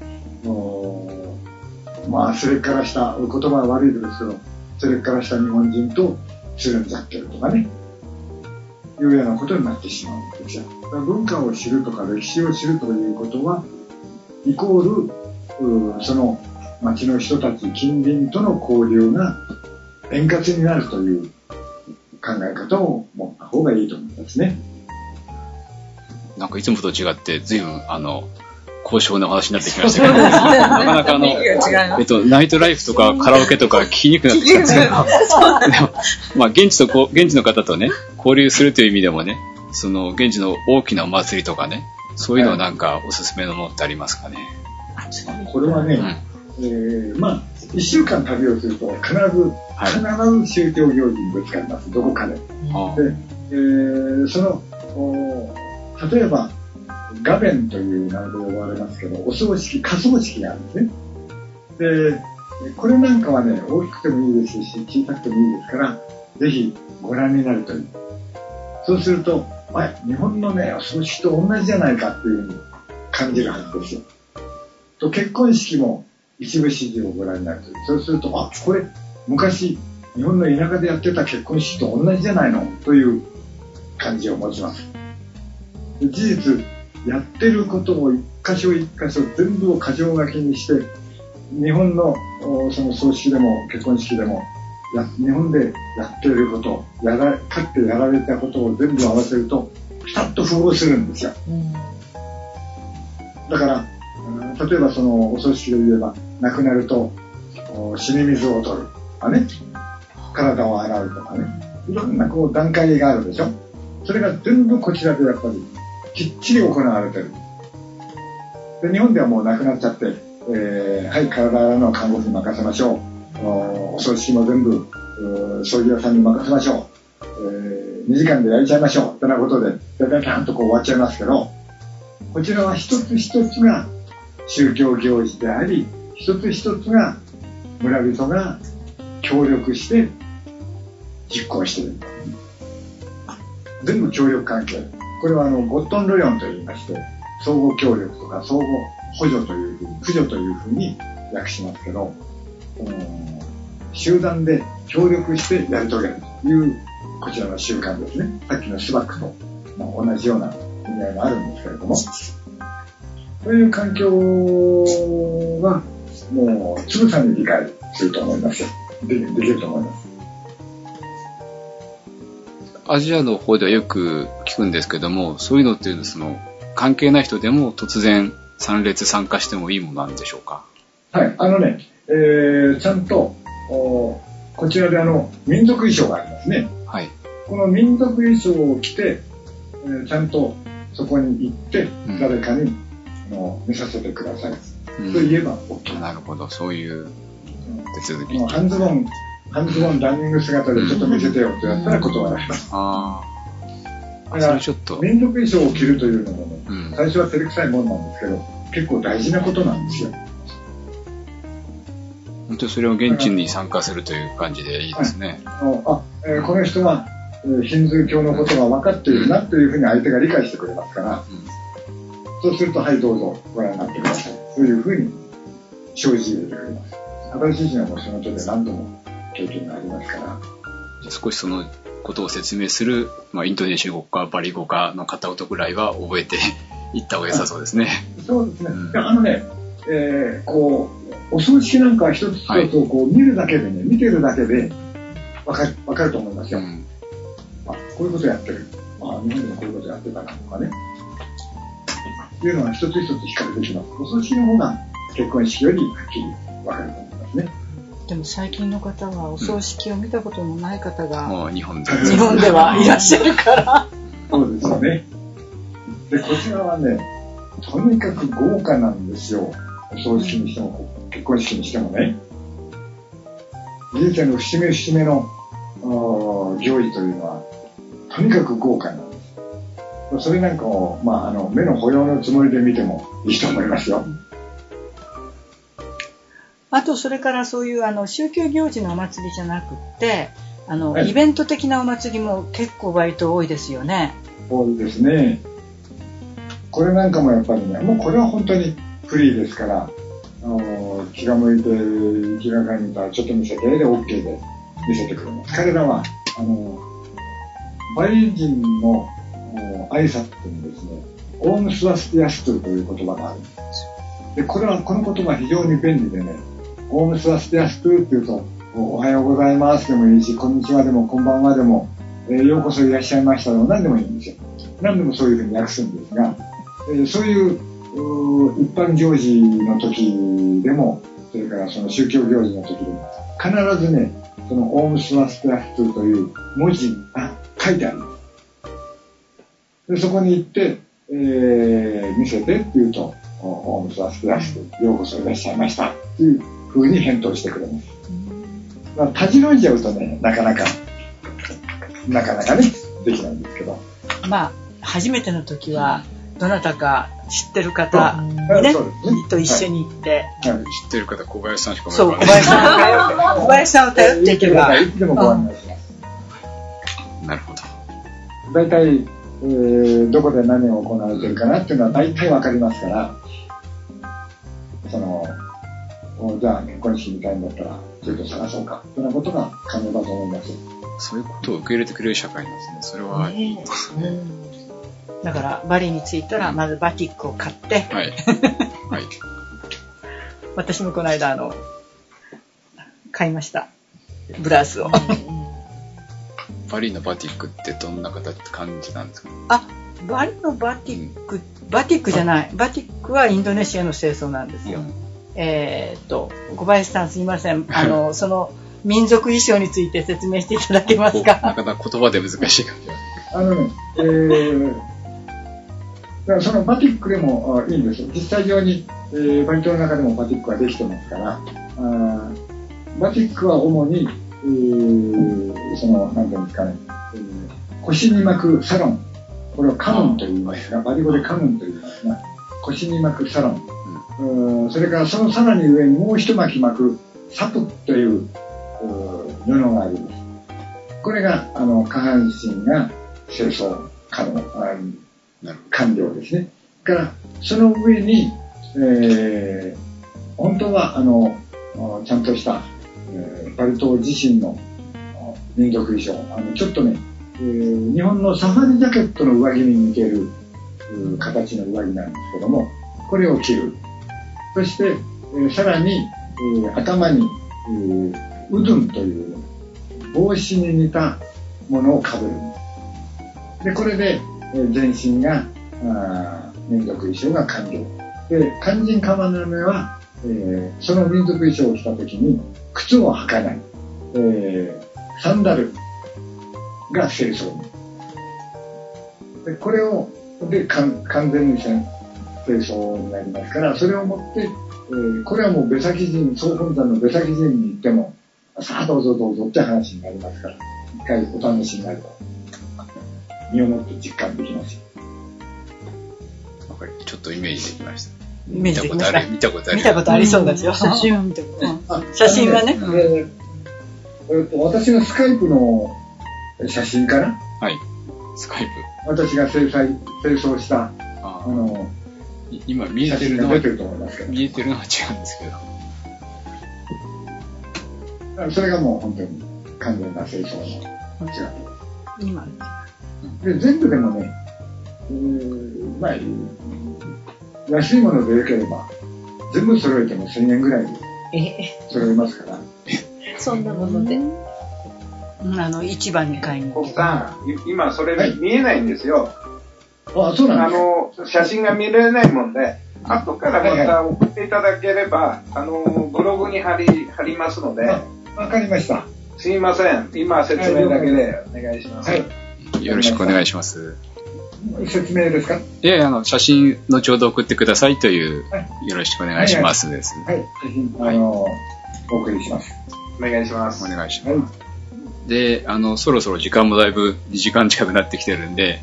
それからした言葉は悪いですけど、それからした日本人とつるんじゃってるとかね、いうようなことになってしまうんですよ。だから文化を知るとか歴史を知るということはイコールその町の人たち近隣との交流が円滑になるという考え方を持った方がいいと思いますね。 なんかいつもと違って随分高尚な話になってきましたけど、なかなかナイトライフとかカラオケとか聞きにくくなってきたんですけど、でも現地の方とね交流するという意味でもね、その現地の大きなお祭りとかね、そういうのなんかおすすめのものってありますかね。 これはね、1週間旅をすると必ず宗教行事にぶつかります、どこかで。例えばガベンという名前で呼ばれますけど、仮想式があるんですね。で、これなんかはね、大きくてもいいですし、小さくてもいいですから、ぜひご覧になるといい。そうすると、日本のね、お葬式と同じじゃないかっていうふうに感じるはずですよ。と、結婚式も一部始終をご覧になるという。そうすると、これ、昔、日本の田舎でやってた結婚式と同じじゃないのという感じを持ちます。事実、やってることを一箇所一箇所全部を箇条書きにして、日本のその葬式でも結婚式でも日本でやってること、かつてやられたことを全部合わせるとピタッと符合するんですよ。だから例えばそのお葬式で言えば、亡くなると死に水を取るとかね、体を洗うとかね、いろんな段階があるでしょ。それが全部こちらでやっぱりきっちり行われてる。で、日本ではもうなくなっちゃって、はい、体洗うのは看護婦に任せましょう。お葬式も全部、葬儀屋さんに任せましょう。2時間でやりちゃいましょう。ってなことで、だいたいパンと終わっちゃいますけど、こちらは一つ一つが宗教行事であり、一つ一つが村人が協力して実行している。全部協力関係。これはゴットンロヨンと言いまして、相互協力とか相互補助というふうに、駆除というふうに訳しますけど、集団で協力してやり遂げるというこちらの習慣ですね。さっきのスバックと同じような意味合いがあるんですけれども、そういう環境はもうつぶさに理解すると思いますよ。できると思います。 アジアの方ではよく聞くんですけども、そういうのって関係ない人でも突然参列参加してもいいものなんでしょうか。 はい、ちゃんとこちらで民族衣装がありますね。はい。この民族衣装を着て、ちゃんとそこに行って誰かに、見させてください、と言えば OK。 なるほど、そういう手続き。 半ズボンランニング姿でちょっと見せてよってやったら断られます。だからちょっと民族衣装を着るというのもね、最初は照れくさいもんなんですけど、結構大事なことなんですよ。 本当にそれを現地に参加するという感じでいいですね。 この人はヒンズー教のことが分かっているなというふうに相手が理解してくれますから、そうすると、はい、どうぞご覧になってください。そういうふうに生じ入れてくれます。 私自身はもうその時で何度も経験がありますから。 少しそのことを説明する、インドネシア語かバリ語かの片言ぐらいは覚えていった方が良さそうですね。 そうですね。お葬式なんかは一つ一つを見るだけでね、見てるだけでわかると思いますよ。こういうことやってる。日本でもこういうことやってたなとかね。っていうのは一つ一つ比較できます。お葬式の方が結婚式よりはっきりわかると思いますね。 でも最近の方はお葬式を見たことのない方が、 もう日本ではいらっしゃるから。 そうですよね。で、こちらはね、とにかく豪華なんですよ。お葬式にしても、結婚式にしてもね。人生の節目節目の行事というのは、とにかく豪華なんです。それなんかを、目の保養のつもりで見てもいいと思いますよ。 あと、それからそういう宗教行事のお祭りじゃなくって、イベント的なお祭りも結構割と多いですよね。 多いですね。これなんかもやっぱりね、もうこれは本当にフリーですから、気が向いて、気がかりにたらちょっと見せて、で、OK で見せてくれます。彼らは、バリ人の挨拶にですね、オームスワスティアストゥという言葉があるんです。で、この言葉非常に便利でね、オームスワスティアストゥっていうと、おはようございますでもいいし、こんにちはでもこんばんはでも、ようこそいらっしゃいましたでも何でもいいんですよ。何でもそういうふうに訳すんですが、そういう一般行事の時でも、それからその宗教行事の時でも、必ずね、そのオームスワスティアストゥという文字が書いてあるんです。で、そこに行って、見せてって言うと、オームスワスティアストゥ、ようこそいらっしゃいましたっていう風に返答してくれます。たじろいじゃうとね、なかなかね、できないんですけど。 初めての時は、どなたか知ってる方にね、と一緒に行って。 知ってる方、小林さんしかそう、小林さんを頼っていけば。 いつでもご案内します。 なるほど。 大体、どこで何が行われてるかなっていうのは大体わかりますから、じゃあ結婚式みたいんだったら、ちょっと探そうか、というようなことが可能だと思います。 そういうことを受け入れてくれる社会なんですね。それはいいですね。 だから、バリに着いたら、まずバティックを買って、 はい。 私もこの間、買いました。ブラウスを。 バリのバティックってどんな感じなんですか？ バリのバティックじゃない。バティックはインドネシアの清掃なんですよ。小林さんすいません。その民族衣装について説明していただけますか？ なかなか言葉で難しいかもしれない。 だからそのバティックでもいいんですよ。実際上に、バリ島の中でもバティックはできてますから、バティックは主に、なんていうんですかね、腰に巻くサロン。これをカムンと言いますが、バリ語でカムンと言いますが、腰に巻くサロン。それからそのさらに上にもう一巻き巻くサプという布があります。これが、下半身が清掃可能。完了ですね。からその上に、本当はちゃんとした、バリ島自身の民族衣装、ちょっとね、日本のサファリジャケットの上着に似ている形の上着なんですけども、これを着る。そして、さらに、頭に、ウドゥンという帽子に似たものをかぶる。で、これで全身が民族衣装が完了。で、肝心カマナメは、その民族衣装を着たときに靴を履かない、サンダルが清掃で、これをで完全に清掃になりますから、それをもって、これはもう総本山の出先人に行っても、さあどうぞどうぞって話になりますから、一回お試しになると身をもって実感できますよ。 ちょっとイメージできました。 見たことありそうですよ。写真を見てもね。写真はね。 私のスカイプの写真かな。 はい。スカイプ。 私が清掃した今見えてるのは出てると思いますけど。 見えてるのは違うんですけど。 それがもう本当に完全な成長の違い。 今で全部でもね、まあ、安いものでよければ、全部揃えても1000円ぐらいで揃えますから。 そんなもので。 市場に買いに行く。 奥さん、今それ見えないんですよ。 あ、そうなんですか。 写真が見られないもんで、後からまた送っていただければ、ブログに貼りますので。 わかりました。 すいません。今説明だけでお願いします。はい。 よろしくお願いします。 説明ですか？ いやいや、写真のちょうど送ってくださいという、よろしくお願いしますです。 はい。写真、お送りします。 お願いします。 お願いします。で、そろそろ時間もだいぶ2時間近くなってきてるんで、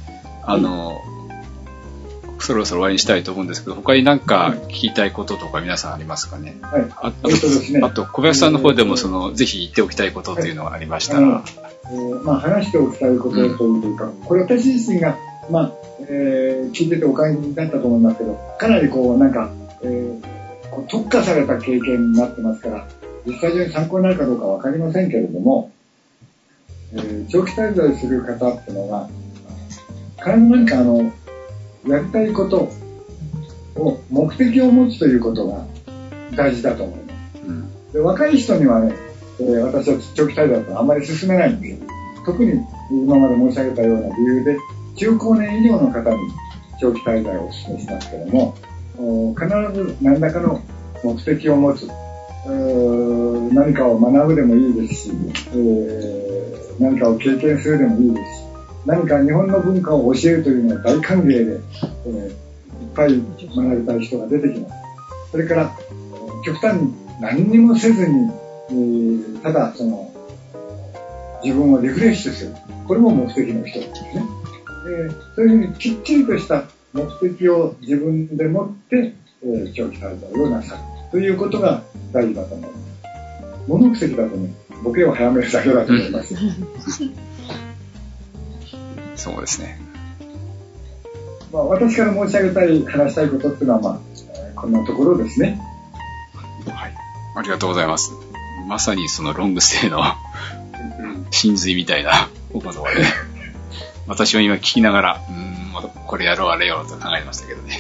そろそろ終わりにしたいと思うんですけど、他に何か聞きたいこととか皆さんありますかね？ はい。 あと、小林さんの方でもぜひ言っておきたいことというのがありましたら。 まあ、話しておきたいことというか、これ私自身が、まあ、聞いててお感じになったと思いますけど、かなりなんか、特化された経験になってますから、実際上に参考になるかどうかわかりませんけれども、長期滞在する方っていうのは、必ず何かやりたいことを、目的を持つということが大事だと思います。で、若い人にはね、私は長期滞在とあまり進めないんですよ。特に今まで申し上げたような理由で、中高年以上の方に長期滞在をお勧めしますけれども、必ず何らかの目的を持つ。何かを学ぶでもいいですし、何かを経験するでもいいですし、何か日本の文化を教えるというのは大歓迎で、いっぱい学びたい人が出てきます。それから、極端に何にもせずに、ただ自分をリフレッシュする。これも目的の一つですね。そういうふうにきっちりとした目的を自分で持って、長期滞在をなさるということが大事だと思います。物癖だとね、ボケを早めるだけだと思います。 そうですね。 まあ、私から申し上げたい、話したいことっていうのは、まあ、こんなところですね。 はい。ありがとうございます。まさにロングステイの真髄みたいなお言葉で、私は今聞きながら、これやろうあれやろうと考えましたけどね。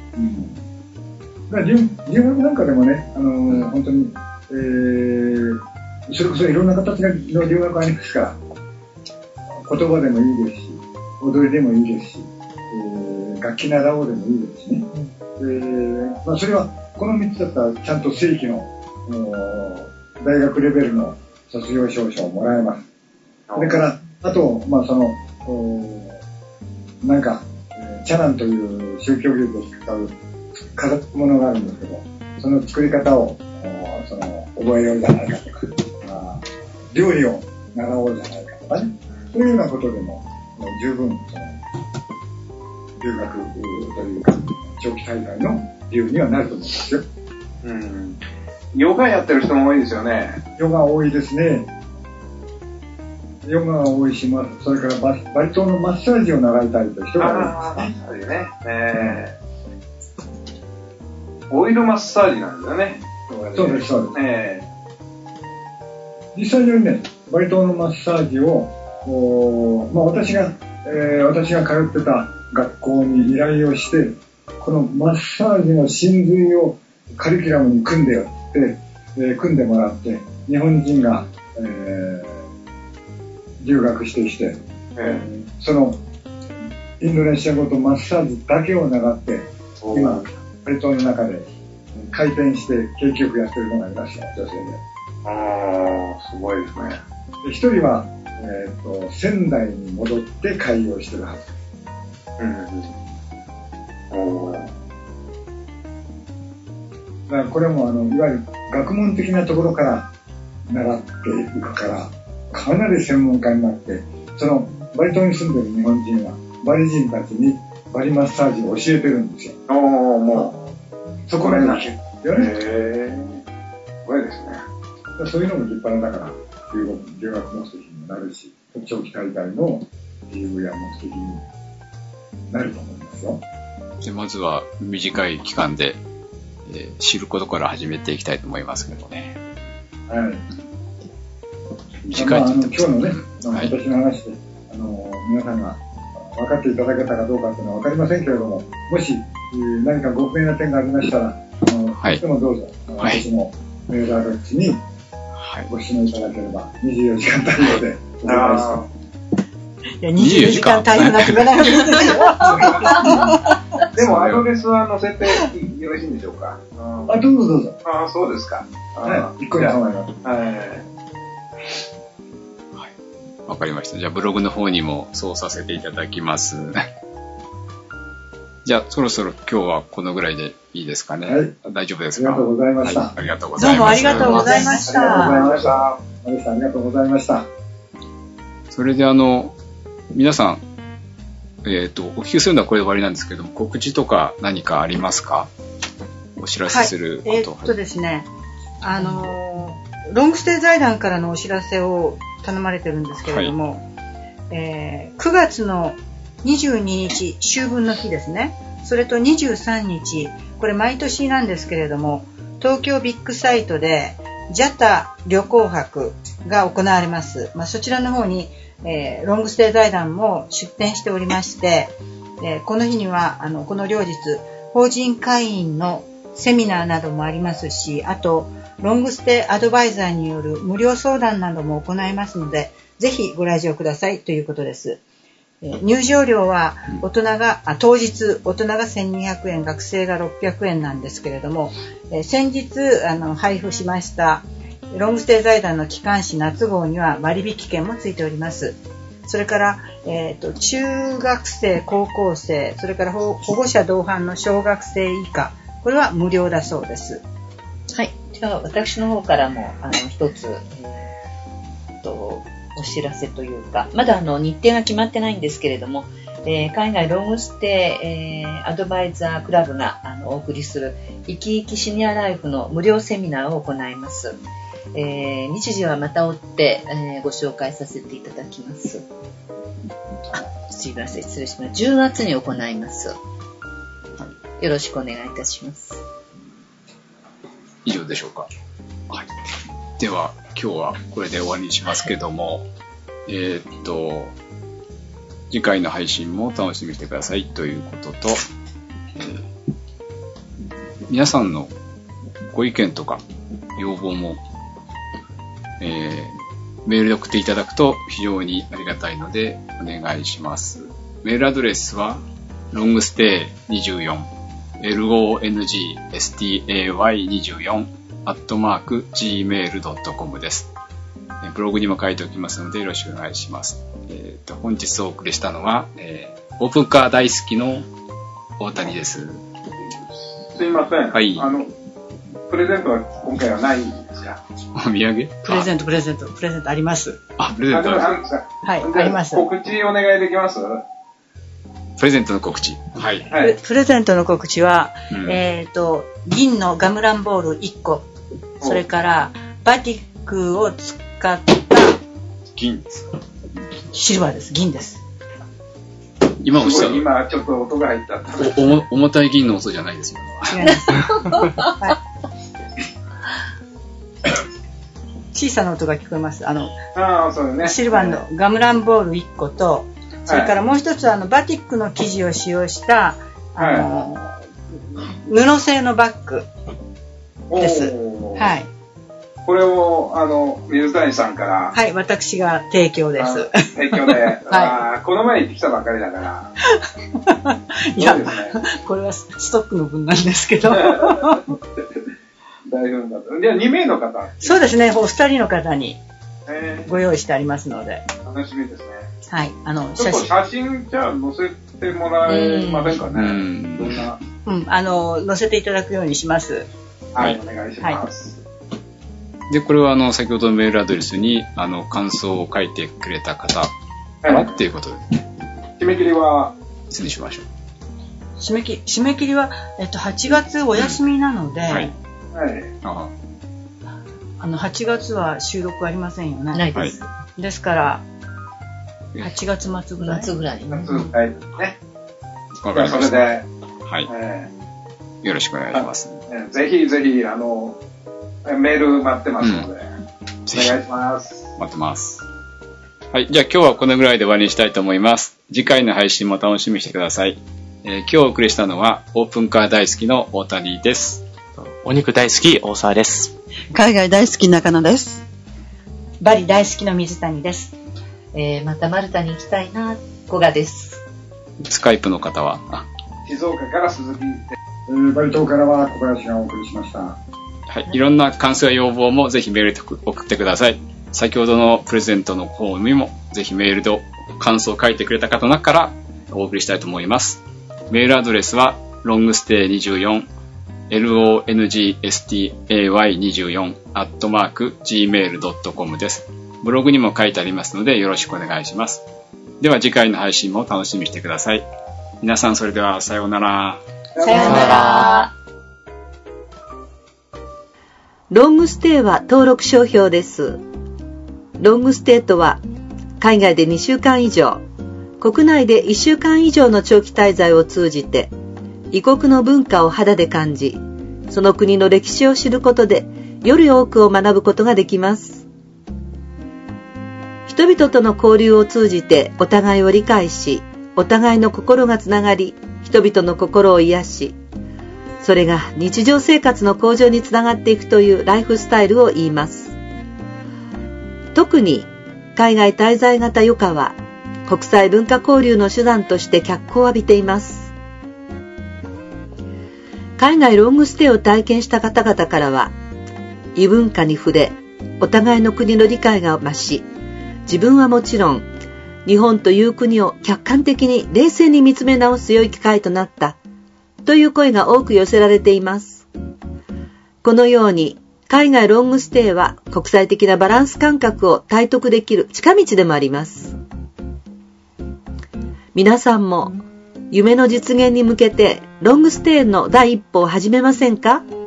留学なんかでもね、本当に、それこそいろんな形の留学ありますから、言葉でもいいですし、踊りでもいいですし、楽器習おうでもいいですしね。まあ、それはこの3つだったらちゃんと正規の大学レベルの卒業証書をもらえます。それからあと、まあ、なんかチャランという宗教芸で使う飾るものがあるんですけど、その作り方を覚えようじゃないかとか、料理を習おうじゃないかとかね、そういうようなことでも十分留学というか長期滞在の理由にはなると思いますよ。 ヨガやってる人も多いですよね。 ヨガ多いですね。ヨガが多いし、それからバリ島のマッサージを習いたいという人が多いですね。 オイルマッサージなんですよね。 そうです、そうです。実際にね、バリ島のマッサージを、まあ、私が通ってた学校に依頼をして、このマッサージの真髄をカリキュラムに組んでもらって、日本人が、留学してきて、そのインドネシア語とマッサージだけを習って、今、バリ島の中で回転して景気よくやってるのがいました、女性で。 すごいですね。 で、一人は、仙台に戻って開業してるはず。だからこれもいわゆる学問的なところから習っていくから、かなり専門家になって、そのバリ島に住んでる日本人はバリ人たちにバリマッサージを教えてるんですよ。もうそこまでなきゃよね。すごいですね。 そういうのも立派だから留学目的にもなるし、長期滞在の理由や目的になると思いますよ。 で、まずは短い期間で、知ることから始めていきたいと思いますけどね。 はい。 短いって言って今日のね、 はい私の話で、皆さんが分かっていただけたかどうかっていうのは分かりませんけれども、もし、何かご不明な点がありましたら、 はいでもどうぞ、 はい私のメールアドレスにはい。 ご指名いただければ、24時間対応でお願いします。 いや、24時間対応なくならないですよ。 でもアドレスは載せてよろしいんでしょうか。 あ、どうぞどうぞ。 ああ、そうですか。 はい、一個に構います。 わかりました。じゃあブログの方にもそうさせていただきます。じゃあそろそろ今日はこのぐらいでいいですかね。 はい。 大丈夫ですか。 ありがとうございました。 はい、ありがとうございます。 どうもありがとうございましありがとうございた。 ました。マリさん、ありがとうございました。 それで皆さん、お聞きするのはこれで終わりなんですけども、告知とか何かありますか？お知らせすること。 ですね、ロングステイ財団からのお知らせを頼まれてるんですけれども、9月の22日、秋分の日ですね。それと23日、これ毎年なんですけれども、東京ビッグサイトで、JATA 旅行博が行われます。そちらの方に、ロングステイ財団も出展しておりまして、この日には、この両日、法人会員のセミナーなどもありますし、あと、ロングステイアドバイザーによる無料相談なども行いますので、ぜひご来場くださいということです。入場料は当日大人が1200円、学生が600円なんですけれども、先日配布しましたロングステイ財団の機関誌夏号には割引券もついております。それから、中学生、高校生、それから保護者同伴の小学生以下、これは無料だそうです。 はい。じゃあ私の方からも一つ、お知らせというか、まだ日程が決まってないんですけれども、海外ロングステイ、アドバイザークラブがお送りする生き生きシニアライフの無料セミナーを行います。日時はまた追って、ご紹介させていただきます。すいません、失礼します。10月に行います。よろしくお願いいたします。 以上でしょうか。はい。では今日はこれで終わりにしますけども、次回の配信も楽しみにしてくださいということと、皆さんのご意見とか要望も、メールで送っていただくと非常にありがたいのでお願いします。メールアドレスは longstay24 longstay24 @gmail.com です。ブログにも書いておきますのでよろしくお願いします。本日お送りしたのは、オープンカー大好きの大谷です。 すいません。 はい。 プレゼントは今回はないんですか？ お土産？ プレゼントあります。 あ、プレゼントあるんですか？ はい、あります。 告知お願いできます？ プレゼントの告知。はい。 プレゼントの告知は、銀のガムランボール1個、それからバティックを使った銀ですか？ シルバーです。銀です。 今ちょっと音が入った。 重たい銀の音じゃないですよ。 違います。はい、小さな音が聞こえます。 そうね、 シルバーのガムランボール1個と、それからもう一つバティックの生地を使用した布製のバッグです。はい。 これを水谷さんから、 はい、私が提供です。 提供で、 はい、 この前行ってきたばっかりだから。 いや、これはストックの分なんですけど。 大丈夫だと。じゃあ2名の方。 そうですね、お二人の方にご用意してありますので。 楽しみですね。 はい、 写真じゃあ載せてもらえませんかね。どんな。 載せていただくようにします。 はい、お願いします。 で、これは先ほどのメールアドレスに感想を書いてくれた方はっていうことで、 締め切りはいつにしましょう。 締め切りは8月お休みなので、 はい。 8月は収録ありませんよね。 ないです。 ですから8月末ぐらい。 夏ぐらい。 夏ぐらいですね。 わかりました。 それで、 はい。よろしくお願いします。 ぜひぜひメール待ってますので。 お願いします。 待ってます。はい。じゃあ今日はこのぐらいで終わりにしたいと思います。次回の配信も楽しみにしてください。今日お送りしたのは、オープンカー大好きの大谷です。 お肉大好き大沢です。 海外大好き中野です。 バリ大好きの水谷です。またマルタに行きたいな、古賀です。 スカイプの方は静岡から鈴木で、 バリ島からは小林がお送りしました。 はい。いろんな感想や要望もぜひメールで送ってください。先ほどのプレゼントの方にもぜひメールで感想を書いてくれた方の中からお送りしたいと思います。メールアドレスは longstay24 longstay24 @gmail.com です。ブログにも書いてありますのでよろしくお願いします。では次回の配信も楽しみにしてください。皆さんそれではさようなら。 さようなら。ロングステイは登録商標です。ロングステイとは海外で2週間以上、国内で1週間以上の長期滞在を通じて異国の文化を肌で感じ、その国の歴史を知ることでより多くを学ぶことができます。人々との交流を通じてお互いを理解し、お互いの心がつながり、人々の心を癒し、それが日常生活の向上につながっていくというライフスタイルを言います。特に海外滞在型余暇は国際文化交流の手段として脚光を浴びています。海外ロングステイを体験した方々からは、異文化に触れ、お互いの国の理解が増し、自分はもちろん、日本という国を客観的に冷静に見つめ直す良い機会となったという声が多く寄せられています。このように海外ロングステイは国際的なバランス感覚を体得できる近道でもあります。皆さんも夢の実現に向けてロングステイの第一歩を始めませんか？